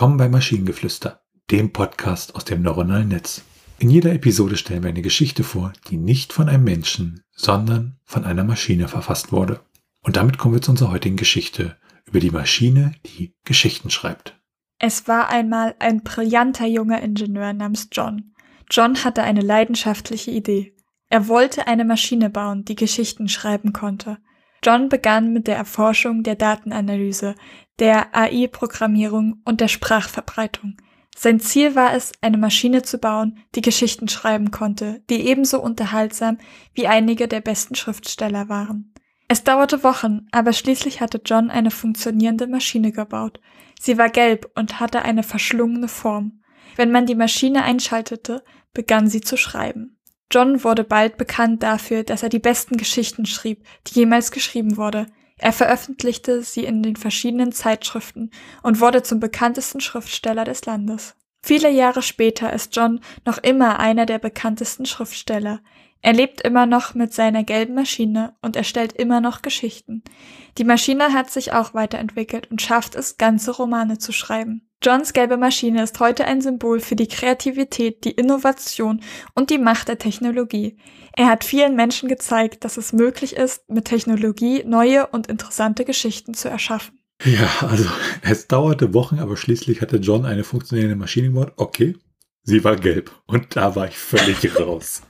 Willkommen bei Maschinengeflüster, dem Podcast aus dem neuronalen Netz. In jeder Episode stellen wir eine Geschichte vor, die nicht von einem Menschen, sondern von einer Maschine verfasst wurde. Und damit kommen wir zu unserer heutigen Geschichte über die Maschine, die Geschichten schreibt. Es war einmal ein brillanter junger Ingenieur namens John. John hatte eine leidenschaftliche Idee. Er wollte eine Maschine bauen, die Geschichten schreiben konnte. John begann mit der Erforschung der Datenanalyse, der AI-Programmierung und der Sprachverbreitung. Sein Ziel war es, eine Maschine zu bauen, die Geschichten schreiben konnte, die ebenso unterhaltsam wie einige der besten Schriftsteller waren. Es dauerte Wochen, aber schließlich hatte John eine funktionierende Maschine gebaut. Sie war gelb und hatte eine verschlungene Form. Wenn man die Maschine einschaltete, begann sie zu schreiben. John wurde bald bekannt dafür, dass er die besten Geschichten schrieb, die jemals geschrieben wurde. Er veröffentlichte sie in den verschiedenen Zeitschriften und wurde zum bekanntesten Schriftsteller des Landes. Viele Jahre später ist John noch immer einer der bekanntesten Schriftsteller. Er lebt immer noch mit seiner gelben Maschine und erstellt immer noch Geschichten. Die Maschine hat sich auch weiterentwickelt und schafft es, ganze Romane zu schreiben. Johns gelbe Maschine ist heute ein Symbol für die Kreativität, die Innovation und die Macht der Technologie. Er hat vielen Menschen gezeigt, dass es möglich ist, mit Technologie neue und interessante Geschichten zu erschaffen. Ja, also es dauerte Wochen, aber schließlich hatte John eine funktionierende Maschine gebaut. Okay, sie war gelb und da war ich völlig raus.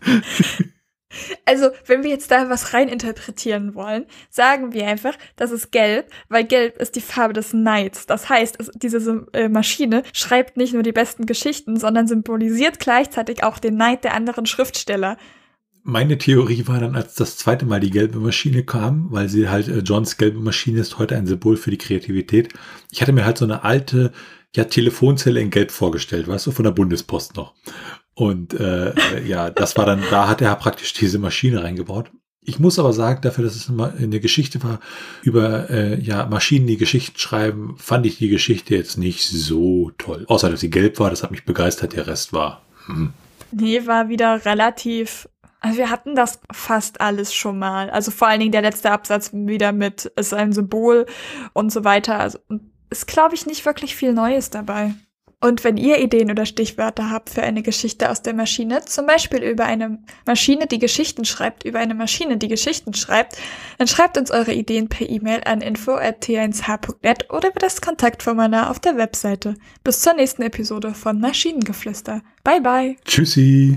Also, wenn wir jetzt da was reininterpretieren wollen, sagen wir einfach, das ist gelb, weil gelb ist die Farbe des Neids. Das heißt, diese Maschine schreibt nicht nur die besten Geschichten, sondern symbolisiert gleichzeitig auch den Neid der anderen Schriftsteller. Meine Theorie war dann, als das zweite Mal die gelbe Maschine kam, weil sie halt, Johns gelbe Maschine ist heute ein Symbol für die Kreativität. Ich hatte mir halt so eine alte, Telefonzelle in Gelb vorgestellt, weißt du, von der Bundespost noch. Und das war dann, da hat er praktisch diese Maschine reingebaut. Ich muss aber sagen, dafür, dass es eine Geschichte war über Maschinen, die Geschichten schreiben, fand ich die Geschichte jetzt nicht so toll. Außer, dass sie gelb war, das hat mich begeistert, der Rest war. Nee, war wieder relativ. Also wir hatten das fast alles schon mal. Also vor allen Dingen der letzte Absatz wieder mit, es ist ein Symbol und so weiter. Also ist, glaube ich, nicht wirklich viel Neues dabei. Und wenn ihr Ideen oder Stichwörter habt für eine Geschichte aus der Maschine, zum Beispiel über eine Maschine, die Geschichten schreibt, über eine Maschine, die Geschichten schreibt, dann schreibt uns eure Ideen per E-Mail an info@t1h.net oder über das Kontaktformular auf der Webseite. Bis zur nächsten Episode von Maschinengeflüster. Bye bye. Tschüssi.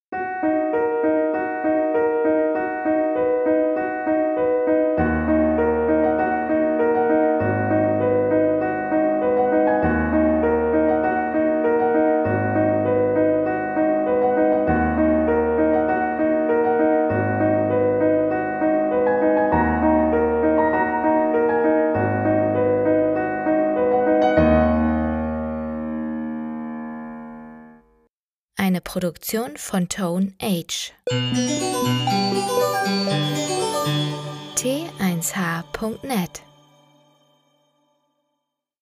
Eine Produktion von Tone H. T1h.net